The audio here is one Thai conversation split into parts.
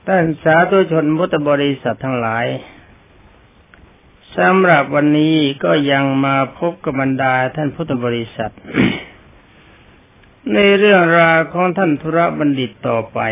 ท่านสาธุชนพุทธบริษัททั้งหลายสำหรับวันนี้ก็ยังมาพบกับบรรดาท่านพุทธบริษัท ในเรื่องราวของท่านธุรบัณฑิตต่อไป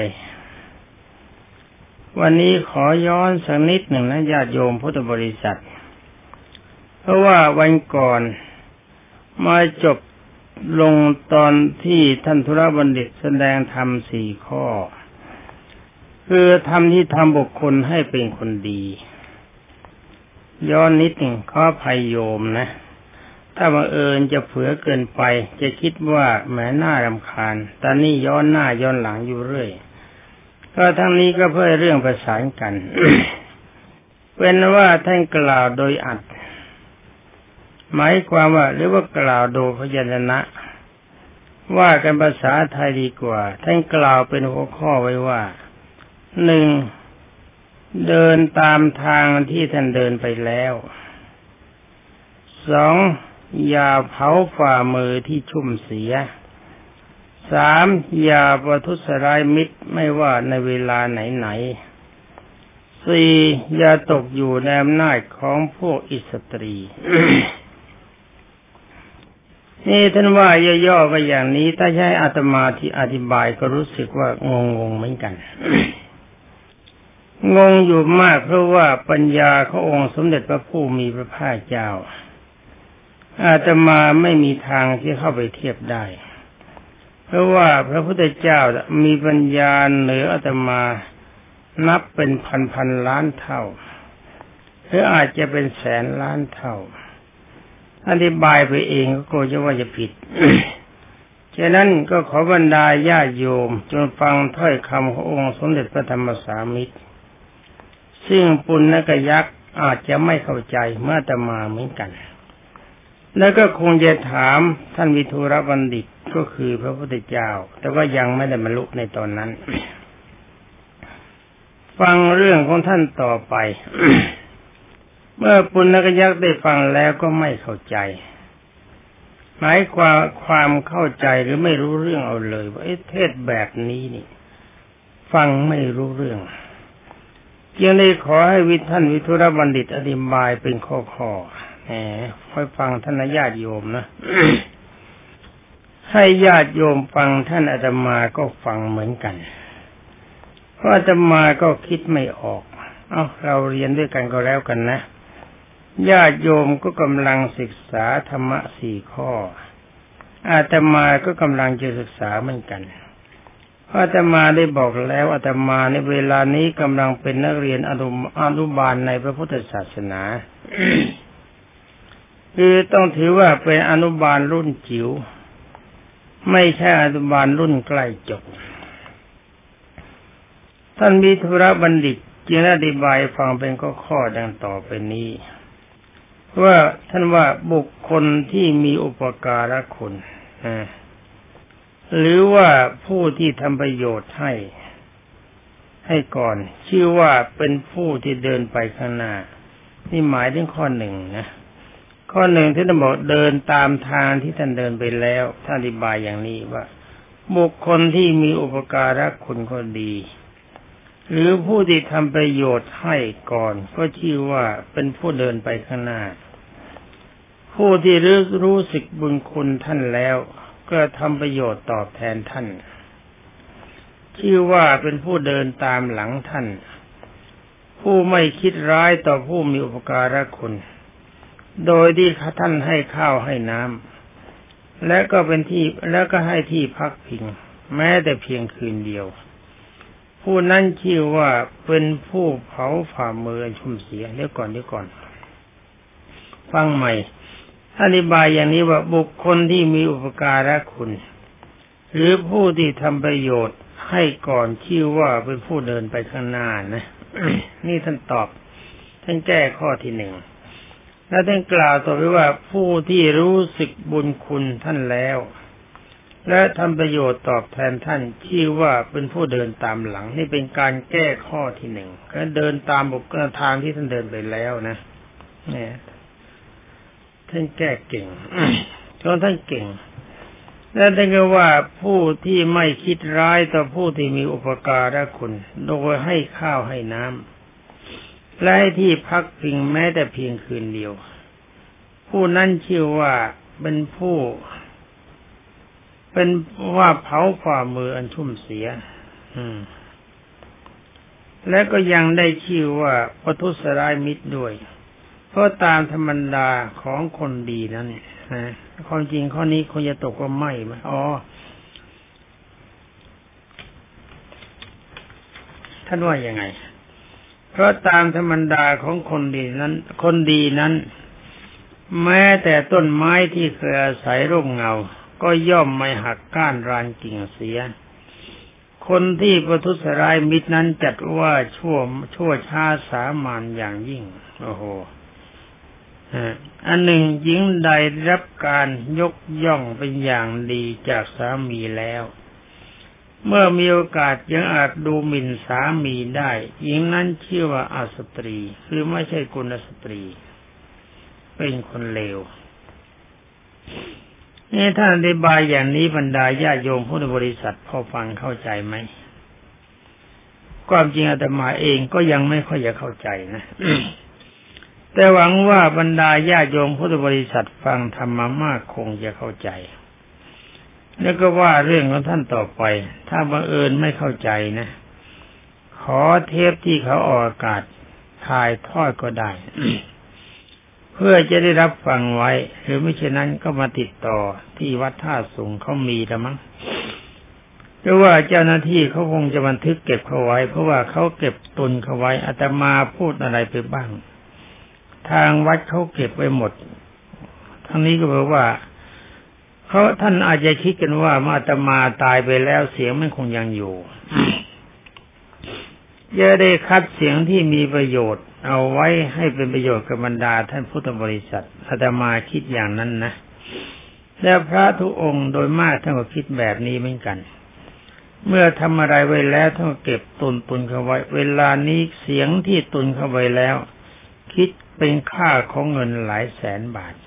วันนี้ขอย้อนสักนิดหนึ่งนะญาติโยมพุทธบริษัทเพราะว่าวันก่อนมาจบลงตอนที่ท่านธุรบัณฑิตแสดงธรรม4 ข้อคือทำที่ทำบุคคลให้เป็นคนดีย้อนนิดหนึ่งขออภัยโยมนะถ้าบังเอิญจะเผลอเกินไปจะคิดว่าแหมน่ารำคาญตอนนี้ย้อนหน้าย้อนหลังอยู่เรื่อยก็ทั้งนี้ก็เพื่อเรื่องประสานกัน เป็นว่าท่านกล่าวโดยอัดหมายความว่าหรือว่ากล่าวโดยพยัญชนะว่ากันภาษาไทยดีกว่าท่านกล่าวเป็นหัวข้อไว้ว่า 1. เดินตามทางที่ท่านเดินไปแล้ว 2. อย่าเผาฝ่ามือที่ชุ่มเสีย 3. อย่าประทุษร้ายมิตรไม่ว่าในเวลาไหนๆ 4. อย่าตกอยู่ในอำนาจของพวกอิสตรี นี่ท่านว่าย่อๆไปอย่างนี้ถ้าใช้อาตมาที่อธิบายก็รู้สึกว่างงๆเหมือนกัน งงอยู่มากเพราะว่าปัญญาขององค์สมเด็จพระผู้มีพระภาคเจ้าอาตมาไม่มีทางที่เข้าไปเทียบได้เพราะว่าพระพุทธเจ้ามีปัญญาเหนืออาตมานับเป็นพันล้านเท่าหรืออาจจะเป็นแสนล้านเท่าอธิบายไปเองก็กลัวจะว่าจะผิด ฉะนั้นก็ขอบรรดาญาติโยมจงฟังถ้อยคำขององค์สมเด็จพระธรรมสามิตรซึ่งปุณณกยักษ์อาจจะไม่เข้าใจเมื่ออาตมาเหมือนกันแล้วก็คงจะถามท่านวิทูรบัณฑิตก็คือพระพุทธเจ้าแต่ว่ายังไม่ได้บรรลุในตอนนั้น ฟังเรื่องของท่านต่อไป เมื่อปุณณกยักษ์ได้ฟังแล้วก็ไม่เข้าใจหมายความเข้าใจหรือไม่รู้เรื่องเอาเลยว่าเทศแบบนี้นี่ฟังไม่รู้เรื่องจึงได้ขอให้ท่านวิทูรบัณฑิตอธิบายเป็นข้อๆค่อยฟังท่านญาติโยมนะ ให้ญาติโยมฟังท่านอาตมาก็ฟังเหมือนกันเพราะอาตมาก็คิดไม่ออกเราเรียนด้วยกันก็แล้วกันนะญาติโยมก็กำลังศึกษาธรรมะ4 ข้ออาตมาก็กำลังจะศึกษาเหมือนกันอาตมาได้บอกแล้วอาตมาในเวลานี้กำลังเป็นนักเรียนอนุบาลในพระพุทธศาสนา คือต้องถือว่าเป็นอนุบาลรุ่นจิ๋วไม่ใช่อนุบาลรุ่นใกล้จบท่านวิทูรบัณฑิตจึงอธิบายฟังเป็นข้อๆดังต่อไปนี้ว่าท่านว่าบุคคลที่มีอุปการะคุณหรือว่าผู้ที่ทำประโยชน์ให้ก่อนชื่อว่าเป็นผู้ที่เดินไปข้างหน้านี่หมายถึงข้อ 1นะข้อ 1ที่ท่านบอกเดินตามทางที่ท่านเดินไปแล้วท่านอธิบายอย่างนี้ว่าบุคคลที่มีอุปการะคุณก็ดีหรือผู้ที่ทำประโยชน์ให้ก่อนก็ชื่อว่าเป็นผู้เดินไปข้างหน้าผู้ที่รู้สึกบุญคุณท่านแล้วก็ทำประโยชน์ตอบแทนท่านชื่อว่าเป็นผู้เดินตามหลังท่านผู้ไม่คิดร้ายต่อผู้มีอุปการะคุณโดยที่ท่านให้ข้าวให้น้ำและก็ให้ที่พักพิงแม้แต่เพียงคืนเดียวผู้นั้นชื่อว่าเป็นผู้เผาฝ่ามือชุ่มเสียเดี๋ยวก่อนฟังใหม่อธิบายอย่างนี้ว่าบุคคลที่มีอุปการะคุณหรือผู้ที่ทำประโยชน์ให้ก่อนชื่อว่าเป็นผู้เดินไปข้างหน้านะ นี่ท่านตอบท่านแก้ข้อที่ 1แล้วท่านกล่าวต่อไปว่าผู้ที่รู้สึกบุญคุณท่านแล้วและทำประโยชน์ตอบแทนท่านชื่อว่าเป็นผู้เดินตามหลังนี่เป็นการแก้ข้อที่ 1ก็เดินตามบุคคลทางที่ท่านเดินไปแล้วนะเนี่ยท่านแก้เก่งท่านเก่งและได้ก็ว่าผู้ที่ไม่คิดร้ายต่อผู้ที่มีอุปการะคุณโดยให้ข้าวให้น้ำและให้ที่พักพิงแม้แต่เพียงคืนเดียวผู้นั้นชื่อว่าเป็นผู้เป็นว่าเผาฝ่ามืออันชุ่มเสียและก็ยังได้ชื่อว่าประทุษร้ายมิตรด้วยเพราะตามธรรมดาของคนดีนั้นความจริงข้อนี้คงจะตกว่าไม่ไหมท่านว่ายังไงเพราะตามธรรมดาของคนดีนั้นแม้แต่ต้นไม้ที่เคยอาศัยร่มเงาก็ย่อมไม่หักก้านรานกิ่งเสียคนที่ประทุษร้ายมิตรนั้นจัดว่าชั่วช้าสามัญอย่างยิ่งโอ้โหอันหนึ่งหญิงใดรับการยกย่องเป็นอย่างดีจากสามีแล้วเมื่อมีโอกาสยังอาจดูหมิ่นสามีได้หญิงนั้นชื่อว่าอสตรีคือไม่ใช่กุลสตรีเป็นคนเลวนี่ท่านอธิบายอย่างนี้บรรดาญาโยมพุทธบริษัทพอฟังเข้าใจไหมความจริงอาตมาเองก็ยังไม่ค่อยจะเข้าใจนะ แต่หวังว่าบรรดาญาโยมพุทธบริษัทฟังธรรมมากคงจะเข้าใจแล้วก็ว่าเรื่องของท่านต่อไปถ้าบังเอิญไม่เข้าใจนะขอเทปที่เขาออกอากาศถ่ายทอดก็ได้ เพื่อจะได้รับฟังไว้หรือไม่เช่นนั้นก็มาติดต่อที่วัดท่าสูงเขามีแล้วมั้งหรือว่าเจ้าหน้าที่เขาคงจะบันทึกเก็บเขาไว้เพราะว่าเขาเก็บตุนเขาไว้อาตมาพูดอะไรไปบ้างทางวัดเขาเก็บไว้หมดทั้งนี้ก็เพราะว่าท่านอาจจะคิดกันว่าอาตมาตายไปแล้วเสียงมันคงยังอยู่ จะได้คัดเสียงที่มีประโยชน์เอาไว้ให้เป็นประโยชน์กับบรรดาท่านพุทธบริษัทอาตมาคิดอย่างนั้นนะแล้วพระทุกองค์โดยมากท่านก็คิดแบบนี้เหมือนกันเมื่อทำอะไรไว้แล้วท่านก็เก็บตุนเข้าไว้เวลานี้เสียงที่ตุนเข้าไว้แล้วคิดเป็นค่าของเงินหลายแสนบาท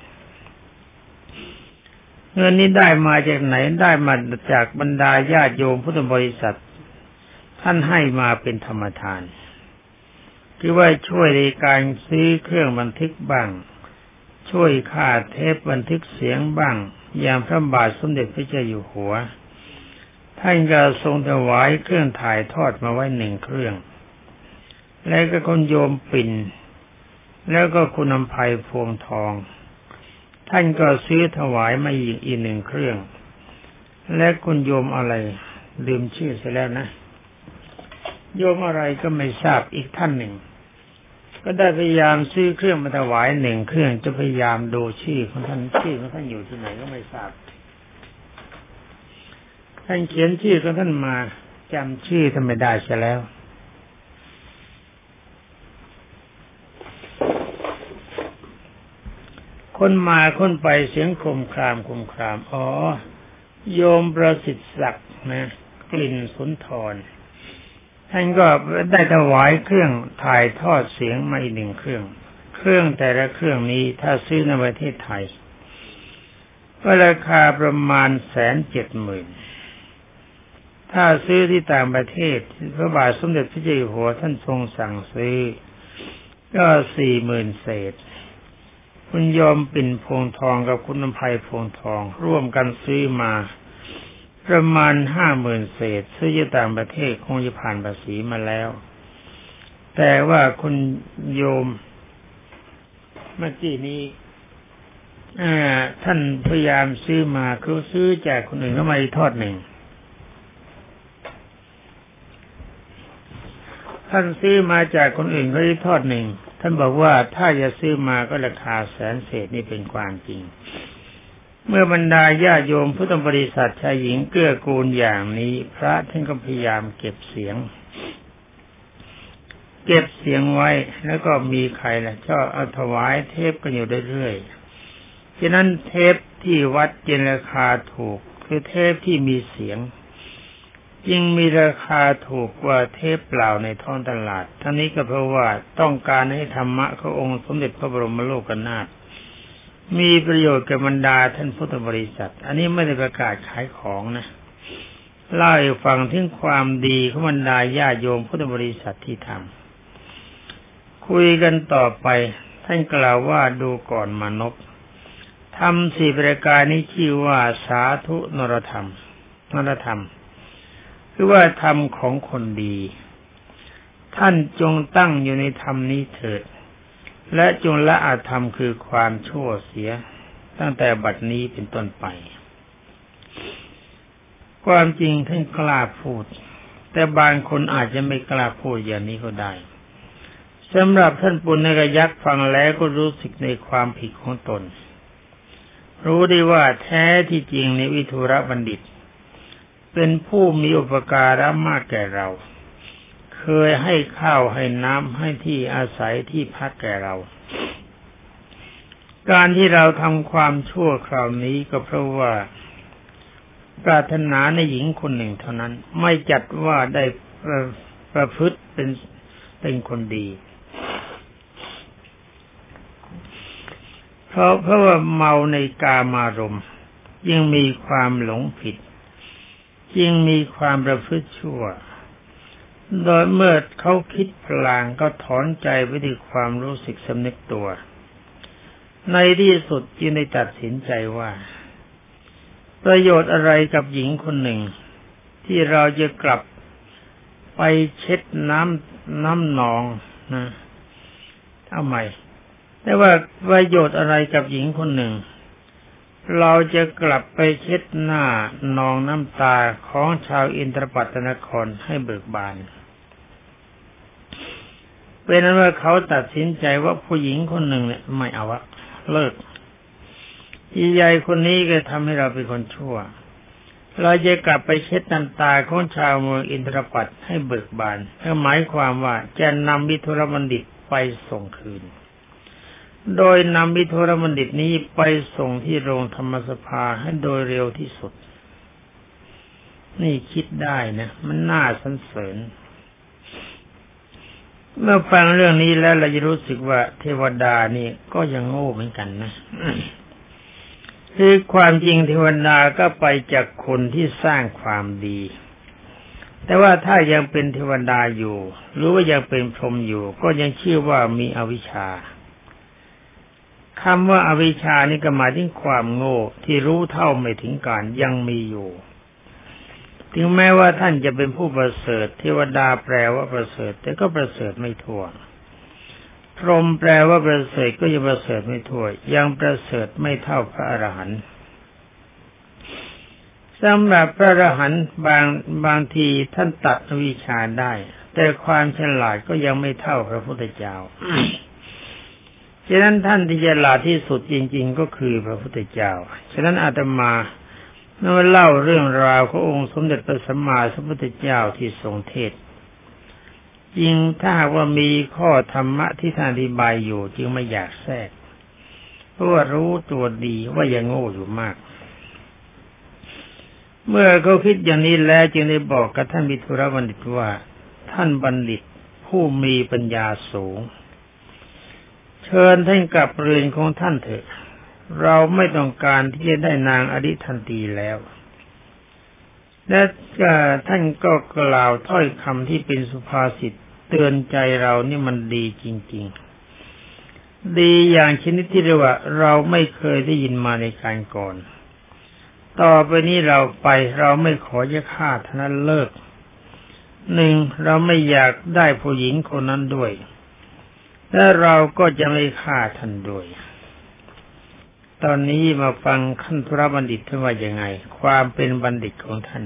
เงินนี้ได้มาจากไหนได้มาจากบรรดาญาติโยมพุทธบริษัทท่านให้มาเป็นธรรมทานคือว่าช่วยในการซื้อเครื่องบันทึกบ้างช่วยค่าเทปบันทึกเสียงบ้างอย่างพระบาทสมเด็จพระเจ้าอยู่หัวท่านก็ทรงถวายเครื่องถ่ายทอดมาไว้1เครื่องแล้วก็คุณโยมปิ่นแล้วก็คุณอำไพพวงทองท่านก็ซื้อถวายมาอีก1เครื่องและคุณโยมอะไรลืมชื่อเสียแล้วนะโยมอะไรก็ไม่ทราบอีกท่านหนึ่งก็ได้พยายามซื้อเครื่องมาถวาย1เครื่องจะพยายามดูชื่อของท่านอยู่ที่ไหนก็ไม่ทราบท่านเขียนชื่อของท่านมาจำชื่อท่านไม่ได้เสียแล้วคนมาคนไปเสียงคมครามโยมประสิทธิ์ศักดิ์นะกลิ่นสุนทรท่านก็ได้ถวายเครื่องถ่ายทอดเสียงมาอีก1เครื่องแต่ละเครื่องนี้ถ้าซื้อในประเทศไทยก็ราคาประมาณ170,000ถ้าซื้อที่ต่างประเทศพระบาทสมเด็จพระเจ้าอยู่หัวท่านทรงสั่งซื้อก็40,000เศษคุณโยมปิ่นพวงทองกับคุณอำไพพวงทองร่วมกันซื้อมาประมาณ50,000เศษซื้อจากต่างประเทศคงจะผ่านภาษีมาแล้วแต่ว่าคุณโยมเมื่อกี้นี้ท่านพยายามซื้อมาคือซื้อจากคนอื่นเข้ามาอีกทอดหนึ่งท่านซื้อมาจากคนอื่นเขาอีกทอดหนึ่งท่านบอกว่าถ้าจะซื้อมาก็ราคาแสนเศษนี่เป็นความจริงเมื่อบรรดาญาโยมพุทธบริษัทชายหญิงเกื้อกูลอย่างนี้พระท่านก็พยายามเก็บเสียงไว้แล้วก็มีใครล่ะก็เอาถวายเทปกันอยู่เรื่อยๆฉะนั้นเทปที่วัดเจนราคาถูกคือเทปที่มีเสียงจึงมีราคาถูกกว่าเทปเปล่าในท้องตลาดทั้งนี้ก็เพราะว่าต้องการให้ธรรมะขององค์สมเด็จพระบรมโลกนาถมีประโยชน์แก่บรรดาท่านพุทธบริษัทอันนี้ไม่ได้ประกาศขายของนะเล่าให้ฟังถึงความดีของบรรดาญาโยมพุทธบริษัทที่ทำคุยกันต่อไปท่านกล่าวว่าดูก่อนมานพทำ4ประการนี้ชื่อว่าสาธุนรธรรมคือว่าธรรมของคนดีท่านจงตั้งอยู่ในธรรมนี้เถิดและจงละอธรรมคือความชั่วเสียตั้งแต่บัดนี้เป็นต้นไปความจริงท่านกล้าพูดแต่บางคนอาจจะไม่กล้าพูดอย่างนี้ก็ได้สำหรับท่านปุณณกยักษ์ฟังแล้วก็รู้สึกในความผิดของตนรู้ได้ว่าแท้ที่จริงในวิทุรบัณฑิตเป็นผู้มีอุปการะมากแก่เราเคยให้ข้าวให้น้ำให้ที่อาศัยที่พักแก่เราการที่เราทำความชั่วคราวนี้ก็เพราะว่าปรารถนาในหญิงคนหนึ่งเท่านั้นไม่จัดว่าได้ประพฤติเป็นคนดีเพราะว่าเมาในกามารมณ์ยิ่งมีความหลงผิดยิ่งมีความประพฤติชั่วโดยเมื่อเขาคิดพลางก็ถอนใจไปด้วยความรู้สึกสำนึกตัวในที่สุดจึงได้ตัดสินใจว่าประโยชน์อะไรกับหญิงคนหนึ่งที่เราจะกลับไปเช็ดน้ำหนองนะทำไมแต่ว่าประโยชน์อะไรกับหญิงคนหนึ่งเราจะกลับไปเช็ดหน้านองน้ำตาของชาวอินทรปัตตนครให้เบิกบานเป็นนั้นว่าเขาตัดสินใจว่าผู้หญิงคนหนึ่งเนี่ยไม่เอาละเลิกที่ยายคนนี้ก็ทำให้เราเป็นคนชั่วเราจะกลับไปเช็ดน้ำตาของชาวเมืองอินทรปัตให้เบิกบานนั่นหมายความว่าจะนำวิทุรบัณฑิตไปส่งคืนโดยนำวิทุรบัณฑิตนี้ไปส่งที่โรงธรรมสภาให้โดยเร็วที่สุดนี่คิดได้นะมันน่าสรรเสริญเมื่อฟังเรื่องนี้แล้วเราจะรู้สึกว่าเทวดานี่ก็ยังโง่เหมือนกันนะคือความจริงเทวดาก็ไปจากคนที่สร้างความดีแต่ว่าถ้ายังเป็นเทวดาอยู่หรือว่ายังเป็นพรหมอยู่ก็ยังชื่อว่ามีอวิชชาคำว่าอวิชชานี่ก็หมายถึงความโง่ที่รู้เท่าไม่ถึงการยังมีอยู่ถึงแม้ว่าท่านจะเป็นผู้ประเสริฐเทวดาแปลว่าประเสริฐแต่ก็ประเสริฐไม่ทั่วพรหมแปลว่าประเสริฐก็ยังประเสริฐไม่ทั่วยังประเสริฐไม่เท่าพระอรหันต์สำหรับพระอรหันต์บางทีท่านตัดอวิชชาได้แต่ความฉลาดก็ยังไม่เท่าพระพุทธเจ้า ฉะนั้นท่านที่ฉลาดที่สุดจริงๆก็คือพระพุทธเจ้าฉะนั้นอาตมาเมื่อเล่าเรื่องราวขององค์สมเด็จพระสัมมาสัมพุทธเจ้าที่ทรงเทศน์จริงถ้าหากว่ามีข้อธรรมะที่ท่านอธิบายอยู่จึงไม่อยากแทรกเพราะว่ารู้ตัวดีว่ายังโง่อยู่มากเมื่อเขาคิดอย่างนี้แล้วจึงได้บอกกับท่านวิทุรบัณฑิตว่าท่านบัณฑิตผู้มีปัญญาสูงเชิญท่านกลับเรือนของท่านเถอะเราไม่ต้องการที่จะได้นางอดิทันตีแล้วและท่านก็กล่าวถ้อยคำที่เป็นสุภาษิตเตือนใจเรานี่มันดีจริงๆดีอย่างชนิดที่เรียกว่าเราไม่เคยได้ยินมาในการก่อนต่อไปนี้เราไปเราไม่ขอจะฆ่าท่านเลิกหนึ่งเราไม่อยากได้ผู้หญิงคนนั้นด้วยและเราก็จะไม่ฆ่าท่านด้วยตอนนี้มาฟังขั้นธุรบัณฑิตท่านว่ายังไงความเป็นบัณฑิตของท่าน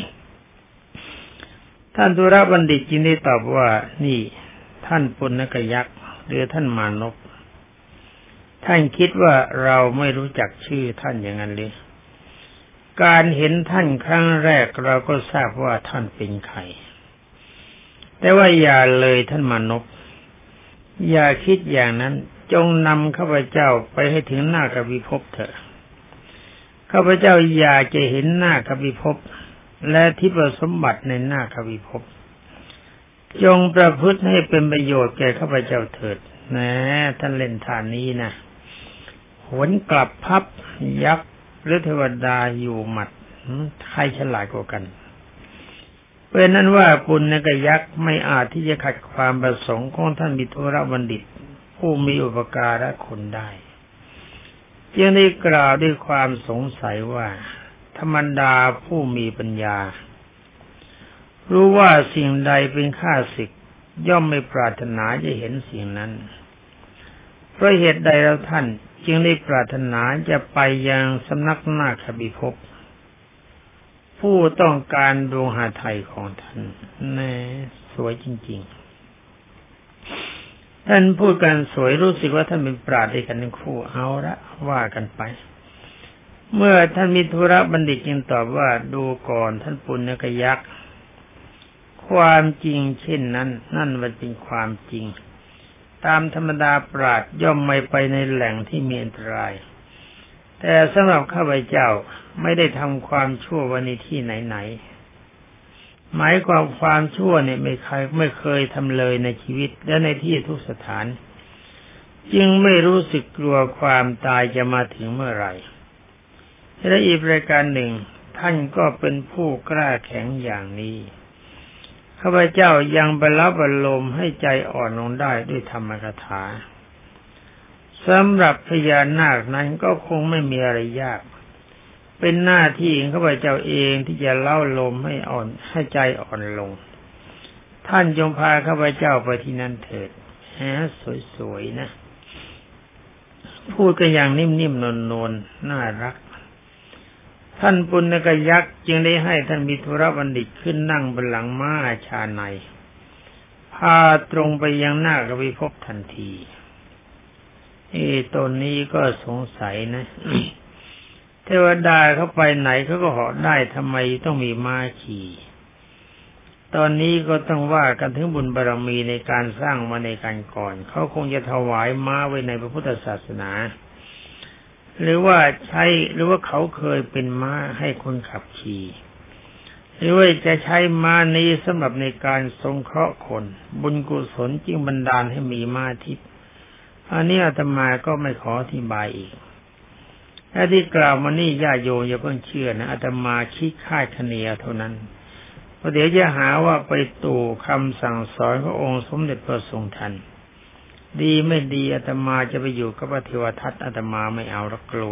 ท่านธุรบัณฑิตจึงได้ตอบว่านี่ท่านปุณณกยักษ์หรือท่านมานพท่านคิดว่าเราไม่รู้จักชื่อท่านอย่างนั้นเลยการเห็นท่านครั้งแรกเราก็ทราบว่าท่านเป็นใครแต่ว่าอย่าเลยท่านมานพอย่าคิดอย่างนั้นจงนำข้าพเจ้าไปให้ถึงหน้ากบิภพเถอะข้าพเจ้าอยากจะเห็นหน้ากบิภพและทิพย์สมบัติในหน้ากบิภพจงประพฤติให้เป็นประโยชน์แก่ข้าพเจ้าเถิดนะท่านเล่นฐานนี้นะหวนกลับพับยักษ์หรือเทวดาอยู่หมัดใครฉลาดกว่ากันเป็นนั้นว่าปุณณกยักษ์ไม่อาจที่จะขัดความประสงค์ของท่านวิทุรบัณฑิตผู้มีอุปการะคุณได้จึงได้กล่าวด้วยความสงสัยว่าธรรมดาผู้มีปัญญารู้ว่าสิ่งใดเป็นข้าศึกย่อมไม่ปรารถนาจะเห็นสิ่งนั้นเพราะเหตุใดเราท่านจึงได้ปรารถนาจะไปยังสำนักนาคบิภพผู้ต้องการดวงหทัยของท่านแน่สวยจริงๆท่านพูดกันสวยรู้สึกว่าท่านเป็นปราชญ์ด้วยกันทั้งคู่เอาละว่ากันไปเมื่อท่านมิธุรบัณฑิตจึงตอบว่าดูก่อนท่านปุณณกยักษ์ความจริงเช่นนั้นนั่นมันเป็นความจริงตามธรรมดาปราชญ์ย่อมไม่ไปในแหล่งที่มีอันตรายแต่สำหรับข้าพเจ้าไม่ได้ทำความชั่วไว้ในที่ไหนๆหมายความชั่วเนี่ยไม่เคยทำเลยในชีวิตและในที่ทุกสถานจึงไม่รู้สึกกลัวความตายจะมาถึงเมื่อไหร่และอีกประการหนึ่งท่านก็เป็นผู้กล้าแข็งอย่างนี้ข้าพเจ้ายังบรรลุบรรลมให้ใจอ่อนลงได้ด้วยธรรมกถาสำหรับพญานาคนั้นก็คงไม่มีอะไรยากเป็นหน้าที่ของข้าพเจ้าเองที่จะเล่าลมให้ใจอ่อนลงท่านจงพาข้าพเจ้าไปที่นั่นเถิดสวยๆนะพูดกันอย่างนิ่มๆนวลๆน่ารักท่านปุณณกยักษ์จึงได้ให้ท่านมิธุรบัณฑิตขึ้นนั่งบนหลังม้าชาในพาตรงไปยังนาคบิภพทันทีตนนี้ก็สงสัยนะ เทวดาเขาไปไหนเขาก็เหาะได้ทำไมต้องมีม้าขี่ตอนนี้ก็ต้องว่ากันถึงบุญบารมีในการสร้างมาในการก่อนเขาคงจะถวายม้าไว้ในพระพุทธศาสนาหรือว่าเขาเคยเป็นม้าให้คนขับขี่หรือว่าจะใช้ม้านี้สำหรับในการสงเคราะห์คนบุญกุศลจึงบันดาลให้มีม้าทิพย์อันนี้อาตมาก็ไม่ขออธิบายอีกและที่กล่าวมานี่ญาติโยมอย่าเพิ่งเชื่อนะอาตมาคิดคาดคะเนเท่านั้นเพราะเดี๋ยวจะหาว่าไปตู่คำสั่งสอนขององค์สมเด็จพระทรงทันดีไม่ดีอาตมาจะไปอยู่กับพระเทวทัตอาตมาไม่เอาละกลัว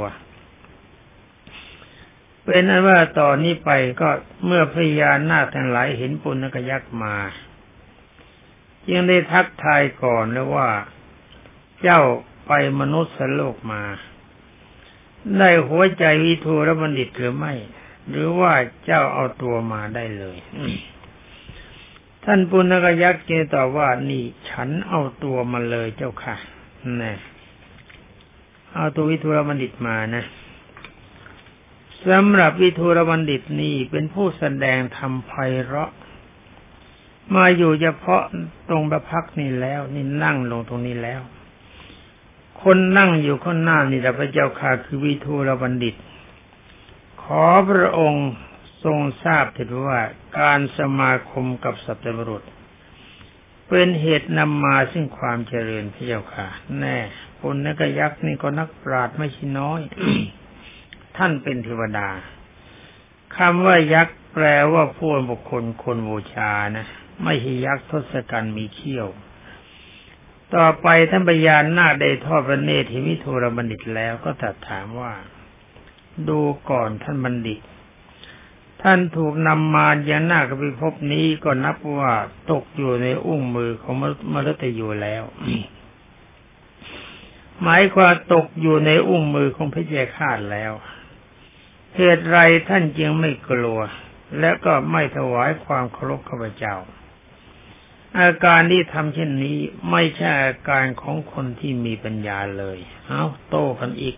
เป็นนั้นว่าตอนนี้ไปก็เมื่อพญานาคทั้งหลายเห็นปุณณกยักษ์มาจึงได้ทักทายก่อนแล้วว่าเจ้าไปมนุษย์โลกมาได้หัวใจวิทูรบัณฑิตหรือไม่หรือว่าเจ้าเอาตัวมาได้เลยท่านปุณณกยักษ์ตอบว่านี่ฉันเอาตัวมาเลยเจ้าค่ะแน่เอาตัววิทูรบัณฑิตมานะสำหรับวิทูรบัณฑิตนี่เป็นผู้แสดงธรรมไพเราะมาอยู่เฉพาะตรงประพักนี่แล้วนี่นั่งลงตรงนี้แล้วคนนั่งอยู่ข้างหน้านี่แหละพระเจ้าค่ะคือวิทูรบัณฑิตขอพระองค์ทรงทราบเถิดว่าการสมาคมกับสัตว์บุรุษเป็นเหตุนำมาซึ่งความเจริญพระเจ้าค่ะแน่ปุณณกยักษ์นี่ก็นักปราชญ์ไม่ใช่น้อย ท่านเป็นเทวดาคำว่ายักษ์แปลว่าผู้บุคคลคนบูชานะไม่ใช่ยักษ์ทศกัณฐ์มีเขี้ยวต่อไปท่านพญานาคได้ทอดพระเนตรเห็นวิทูรบัณฑิตแล้วก็ตรัสถามว่าดูก่อนท่านบัณฑิตท่านถูกนำมายังนาคบิภพนี้ก็นับว่าตกอยู่ในอุ้งมือของมฤตยูแล้ว หมายความตกอยู่ในอุ้งมือของพระเจ้าข้าแล้วเหตุไรท่านจึงไม่กลัวและก็ไม่ถวายความเคารพข้าพเจ้าอาการที่ทำเช่นนี้ไม่ใช่อาการของคนที่มีปัญญาเลยเอาโต้กันอีก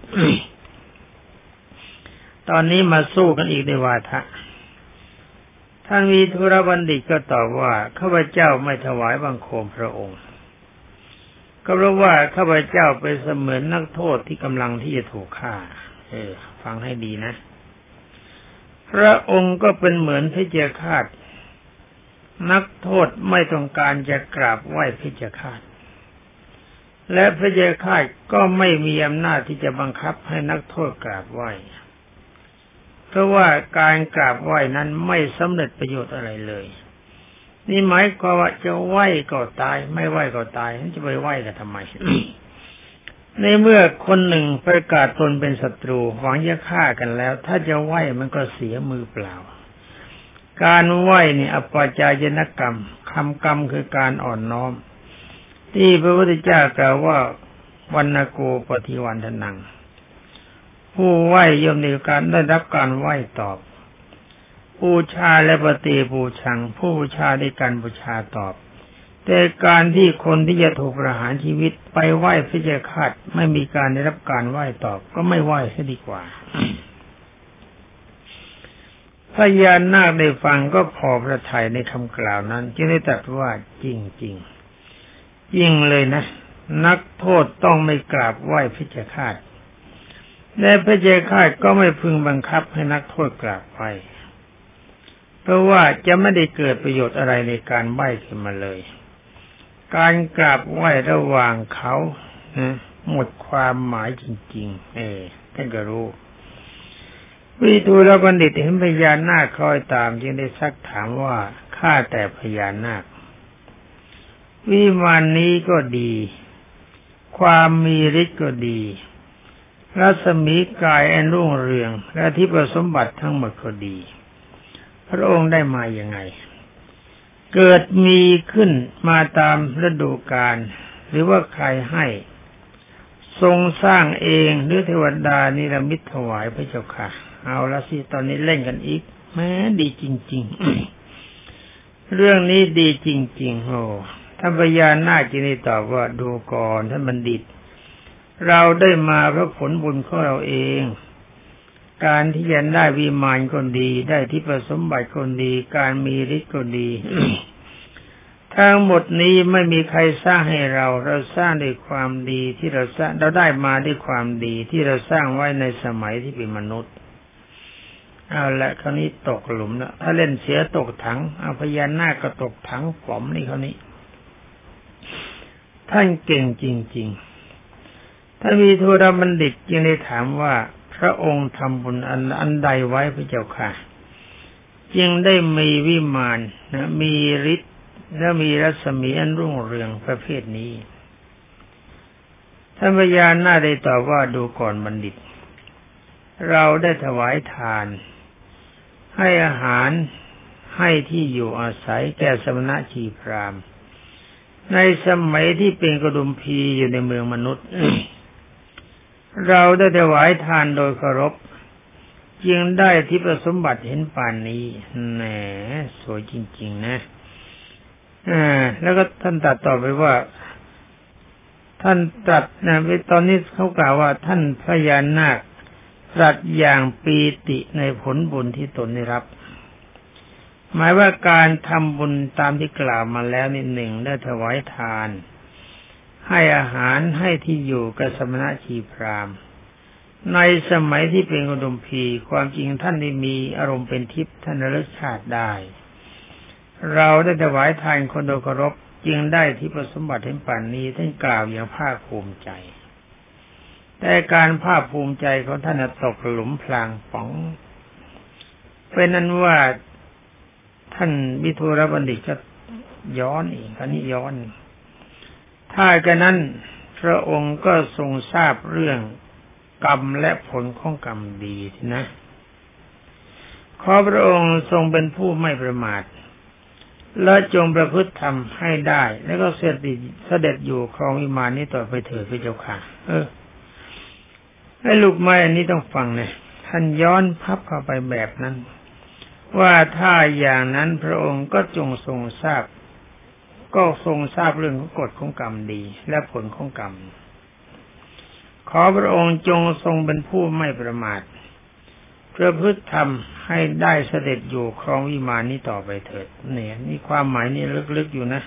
ตอนนี้มาสู้กันอีกในวาทะท่านวิทูรบัณฑิตก็ตอบว่าข้าพเจ้าไม่ถวายบังคมพระองค์ก็เพราะว่าข้าพเจ้าเป็นเสมือนนักโทษที่กำลังที่จะถูกฆ่าฟังให้ดีนะพระองค์ก็เป็นเหมือนพระเจ้าข้านักโทษไม่ต้องการจะกราบไหว้พระเจ้าข้าและพระเจ้าข้าก็ไม่มีอำนาจที่จะบังคับให้นักโทษกราบไหว้เพราะว่าการกราบไหว้นั้นไม่สำเร็จประโยชน์อะไรเลยนี่หมายความว่าจะไหว้ก็ตายไม่ไหว้ก็ตายจะไปไหว้กันทำไม ในเมื่อคนหนึ่งประกาศตนเป็นศัตรูหวังจะฆ่ากันแล้วถ้าจะไหว้มันก็เสียมือเปล่าการไหว้นี่อปาจายนกรรมคำกรรมคือการอ่อนน้อมที่พระพุทธเจ้ากล่าวว่าวันโกปฏิวันทนังผู้ไหว้ย่อมได้รับการไหว้ตอบบูชาและปฏิบูชังผู้บูชาได้การบูชาตอบแต่การที่คนที่จะถูกประหารชีวิตไปไหว้พระเจ้าข้าไม่มีการได้รับการไหว้ตอบก็ไม่ไหว้ซะดีกว่า พญานาคได้ฟังก็พอพระทัยในคำกล่าวนั้นจึงได้ตรัสว่าจริงจริงเลยนะนักโทษต้องไม่กราบไหว้พระเจ้าข้าและพระเจ้าข้าก็ไม่พึงบังคับให้นักโทษกราบไหว้เพราะว่าจะไม่ได้เกิดประโยชน์อะไรในการไหว้ขึ้นมาเลยการกราบไหว้ระหว่างเขาหมดความหมายจริงๆท่านก็รู้วิทูลบัณฑิตเห็นพญานาคคอยตามจึงได้ซักถามว่าข้าแต่พญานาควิมานนี้ก็ดีความมีฤทธิ์ก็ดีรัศมีกายอันรุ่งเรืองและทิพย์สมบัติทั้งหมดก็ดีพระองค์ได้มาอย่างไงเกิดมีขึ้นมาตามฤดูกาลหรือว่าใครให้ทรงสร้างเองหรือเทวดานิรมิตถวายพระเจ้าค่ะเอาละสิตอนนี้เล่นกันอีกแม้ดีจริงๆ เรื่องนี้ดีจริงๆโอ้ท่านพญานาคจึงได้ตอบว่าดูก่อนท่านบัณฑิตเราได้มาเพราะผลบุญของเราเองการที่จะได้วิมานก็ดีได้ทิพย์สมบัติก็ดีการมีฤทธิ์ก็ดี ทั้งหมดนี้ไม่มีใครสร้างให้เราสร้างด้วยความดีที่เราสร้างเราได้มาด้วยความดีที่เราสร้างไว้ในสมัยที่เป็นมนุษย์เอาละคราวนี้ตกหลุมแล้วถ้าเล่นเสียตกถังเอาพญานาคก็ตกถังป๋อมนี่คราวนี้ท่านเก่งจริงๆท่านมีทูลบัณฑิตจึงได้ถามว่าพระองค์ทำบุญอันใดไว้พระเจ้าค่ะจึงได้มีวิมานมีฤทธิ์และมีรัศมีอันรุ่งเรืองประเภทนี้ท่านพญานาคได้ตอบว่าดูก่อนบัณฑิตเราได้ถวายทานให้อาหารให้ที่อยู่อาศัยแก่สมณะชีพราหมณ์ในสมัยที่เป็นกดุมพีอยู่ในเมืองมนุษย์ เราได้ถวายทานโดยเคารพจึงได้ทิพย์สมบัติเห็นป่านนี้แหมสวยจริงๆนะแล้วก็ท่านตรัสต่อไปว่าท่านตรัสนะตอนนี้เขากล่าวว่าท่านพญานาคตรัสอย่างปีติในผลบุญที่ตนได้รับหมายว่าการทำบุญตามที่กล่าวมาแล้วนี่หนึ่งได้ถวายทานให้อาหารให้ที่อยู่กับสมณะชีพราหมณ์ในสมัยที่เป็นกดุมพีความจริงท่านได้มีอารมณ์เป็นทิพย์ท่านระลึกชาติได้เราได้ถวายทานคนโดยเคารพจึงได้ทิพย์สมบัติเห็นป่านนี้ท่านกล่าวอย่างภาคภูมิใจแต่การภาคภูมิใจของท่านตกหลุมพรางป๋องเป็นนั้นว่าท่านวิทูลบัณฑิตก็ย้อนอีกคราวนี้ย้อนถ้ากันนั้นพระองค์ก็ทรงทราบเรื่องกรรมและผลของกรรมดีนะขอพระองค์ทรงเป็นผู้ไม่ประมาทและจงประพฤติธรรมให้ได้แล้วก็เสด็จอยู่ครองวิมานนี้ต่อไปเถิดพระเจ้าค่ะไอ้ลูกไม้อันนี้ต้องฟังนะท่านย้อนพับเข้าไปแบบนั้นว่าถ้าอย่างนั้นพระองค์ก็จงทรงทราบเรื่องของกฎของกรรมดีและผลของกรรมขอพระองค์จงทรงเป็นผู้ไม่ประมาทประพฤติธรรมให้ได้เสด็จอยู่ครองวิมานนี้ต่อไปเถิดเนี่ยนี่ความหมายนี่ลึกๆอยู่นะ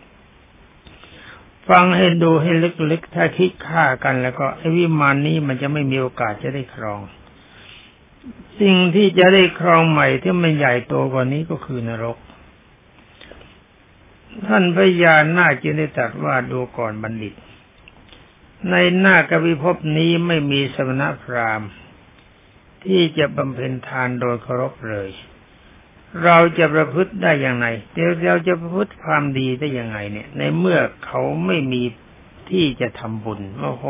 ฟังให้ดูให้ลึกๆถ้าคิดฆ่ากันแล้วก็ไอ้วิมานนี้มันจะไม่มีโอกาสจะได้ครองสิ่งที่จะได้ครองใหม่ที่มันใหญ่โตกว่านี้ก็คือนรกท่านพญานาคจึงได้ตรัสว่าดูก่อนบัณฑิตในนาคภิภพนี้ไม่มีสมณพราหมณ์ที่จะบำเพ็ญทานโดยเคารพเลยเราจะประพฤติได้อย่างไรเราจะประพฤติความดีได้ยังไงเนี่ยในเมื่อเขาไม่มีที่จะทำบุญโอ้โห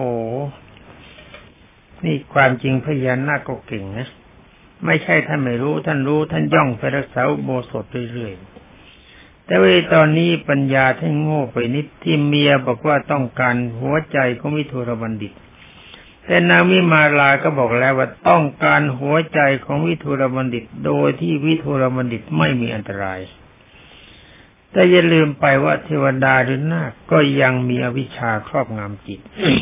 นี่ความจริงพญานาคก็เก่งนะไม่ใช่ท่านไม่รู้ท่านรู้ท่านย่องไปรักษาอุโบสถเรื่อยๆแต่ว่าตอนนี้ปัญญาท่านโง่ไปนิดที่เมียบอกว่าต้องการหัวใจของวิทูรบัณฑิตแต่นางวิมาลาก็บอกแล้วว่าต้องการหัวใจของวิทูรบัณฑิตโดยที่วิทูรบัณฑิตไม่มีอันตรายแต่อย่าลืมไปว่าเทวดาหรือนาคก็ยังมีอวิชชาครอบงำจิต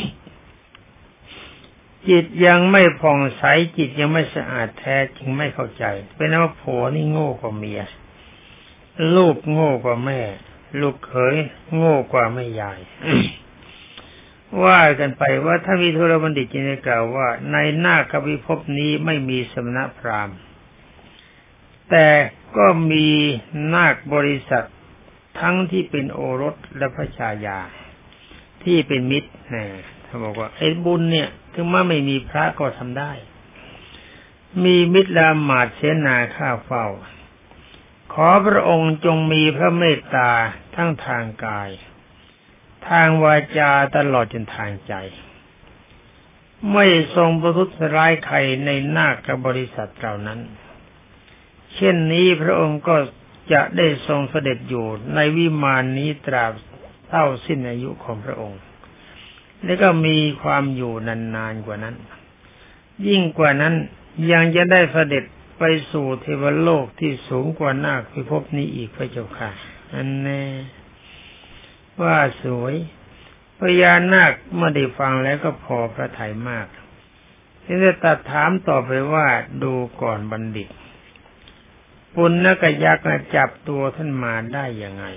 จิตยังไม่ผ่องใสจิตยังไม่สะอาดแท้จึงไม่เข้าใจเป็นว่าผัวนี่โง่กว่าเมียลูกโง่กว่าแม่ลูกเขยโง่กว่าแม่ยาย ว่ากันไปว่าท่านวิทูรบัณฑิตจึงได้กล่าวว่าในนาคภิภพนี้ไม่มีสมณพราหมณ์แต่ก็มีนาคบริษัททั้งที่เป็นโอรสและพระชายาที่เป็นมิตรนะเขาบอกว่าไอ้บุญเนี่ยถึงแม้ไม่มีพระก็ทำได้มีมิตรละหมาดเสนาข้าเฝ้าขอพระองค์จงมีพระเมตตาทั้งทางกายทางวาจาตลอดจนทางใจไม่ทรงประทุษร้ายใครในนาคบริษัทเหล่านั้นเช่นนี้พระองค์ก็จะได้ทรงเสด็จอยู่ในวิมานนี้ตราบเท่าสิ้นอายุของพระองค์และก็มีความอยู่นานๆกว่านั้นยิ่งกว่านั้นยังจะได้เสด็จไปสู่เทวโลกที่สูงกว่านาคภิภพนี้อีกพระเจ้าค่ะอันแน่ว่าสวยพญานาคเมื่อได้ฟังแล้วก็พอพระทัยมากจึงได้ตรัสถามต่อไปว่าดูก่อนบัณฑิตปุณณกยักษ์จับตัวท่านมาได้ยังไง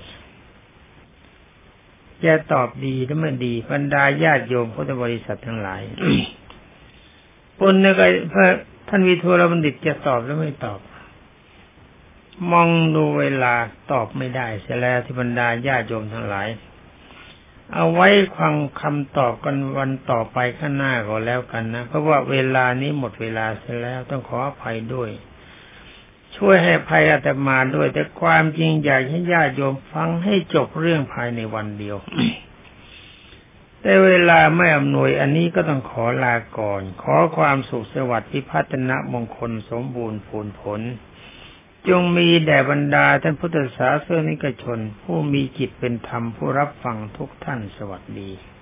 จะตอบดีหรือไม่ดีบรรดาญาติโยมพุทธบริษัททั้งหลาย ปุณณกท่านวิทูรบัณฑิตจะตอบหรือไม่ตอบมองดูเวลาตอบไม่ได้เสียแล้วที่บรรดาญาติโยมทั้งหลายเอาไว้ฟังคำตอบกันวันต่อไปข้างหน้าก็แล้วกันนะเพราะว่าเวลานี้หมดเวลาเสียแล้วต้องขออภัยด้วยช่วยให้อภัยอาตมาด้วยแต่ความจริงอยากให้ญาติโยมฟังให้จบเรื่องภายในวันเดียว แต่เวลาไม่อำนวยอันนี้ก็ต้องขอลาก่อนขอความสุขสวัสดิ์พิพัฒนมงคลสมบูรณ์ผลผลจงมีแด่บรรดาท่านพุทธศาสนิกชนผู้มีจิตเป็นธรรมผู้รับฟังทุกท่านสวัสดี